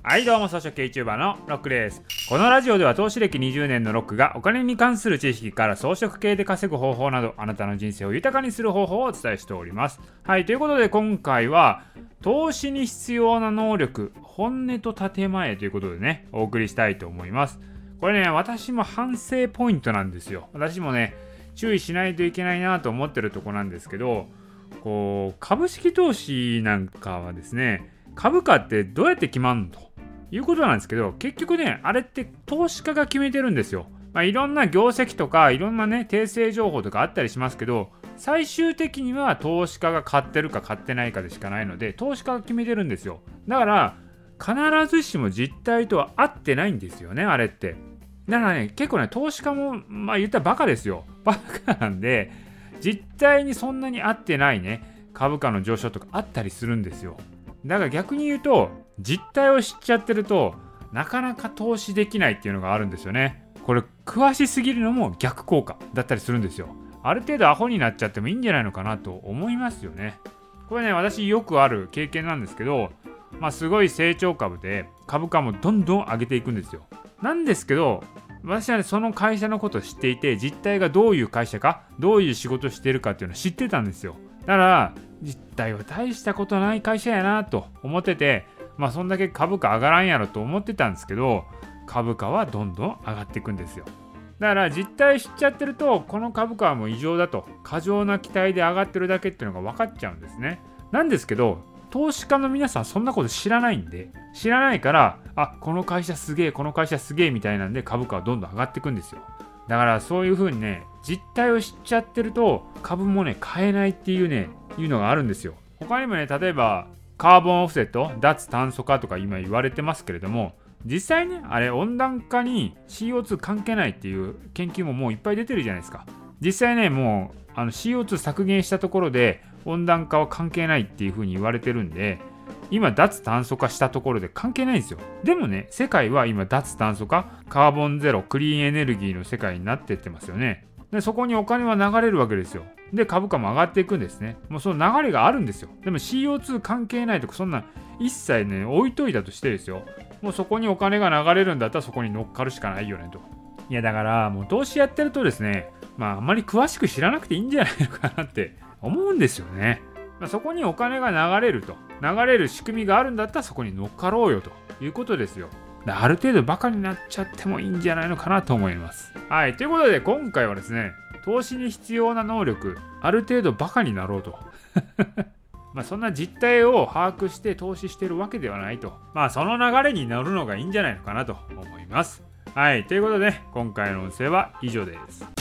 はいどうも、草食系 YouTuber のロックです。このラジオでは投資歴20年のロックがお金に関する知識から草食系で稼ぐ方法など、あなたの人生を豊かにする方法をお伝えしております。はい、ということで今回は投資に必要な能力、本音と建前ということでね、お送りしたいと思います。これね、私も反省ポイントなんですよ。私もね、注意しないといけないなと思ってるとこなんですけど、株式投資なんかはですね、株価ってどうやって決まるのということなんですけど、結局ね、あれって投資家が決めてるんですよ。いろんな業績とかいろんなね、訂正情報とかあったりしますけど、最終的には投資家が買ってるか買ってないかでしかないので、投資家が決めてるんですよ。だから必ずしも実態とは合ってないんですよね、あれって。だからね、結構ね、投資家も言ったらバカですよ。バカなんで、実態にそんなに合ってないね、株価の上昇とかあったりするんですよ。だから逆に言うと、実態を知っちゃってるとなかなか投資できないっていうのがあるんですよね。これ詳しすぎるのも逆効果だったりするんですよ。ある程度アホになっちゃってもいいんじゃないのかなと思いますよね。これね、私よくある経験なんですけど、すごい成長株で株価もどんどん上げていくんですよ。なんですけど、私はね、その会社のことを知っていて、実態がどういう会社か、どういう仕事をしているかっていうのを知ってたんですよ。だから実態は大したことない会社やなと思ってて、そんだけ株価上がらんやろと思ってたんですけど、株価はどんどん上がっていくんですよ。だから実態知っちゃってると、この株価はもう異常だと、過剰な期待で上がってるだけっていうのが分かっちゃうんですね。なんですけど、投資家の皆さんそんなこと知らないんで、知らないから、この会社すげえ、この会社すげえみたいなんで株価はどんどん上がっていくんですよ。だからそういう風にね、実態を知っちゃってると株もね、買えないっていうのがあるんですよ。他にもね、例えばカーボンオフセット、脱炭素化とか今言われてますけれども、実際ね、あれ温暖化に CO2 関係ないっていう研究ももういっぱい出てるじゃないですか。実際ね、もうCO2 削減したところで温暖化は関係ないっていう風に言われてるんで、今脱炭素化したところで関係ないんですよ。でもね、世界は今脱炭素化、カーボンゼロ、クリーンエネルギーの世界になってってますよね。で、そこにお金は流れるわけですよ。で、株価も上がっていくんですね。もうその流れがあるんですよ。でも CO2 関係ないとか、そんな一切ね、置いといたとしてですよ。もうそこにお金が流れるんだったらそこに乗っかるしかないよねと。いや、だからもう投資やってるとですね、あんまり詳しく知らなくていいんじゃないのかなって思うんですよね。そこにお金が流れると、流れる仕組みがあるんだったらそこに乗っかろうよということですよ。ある程度バカになっちゃってもいいんじゃないのかなと思います。はい、ということで今回はですね、投資に必要な能力、ある程度バカになろうと。そんな実態を把握して投資してるわけではないと。その流れに乗るのがいいんじゃないのかなと思います。はい、ということで今回の音声は以上です。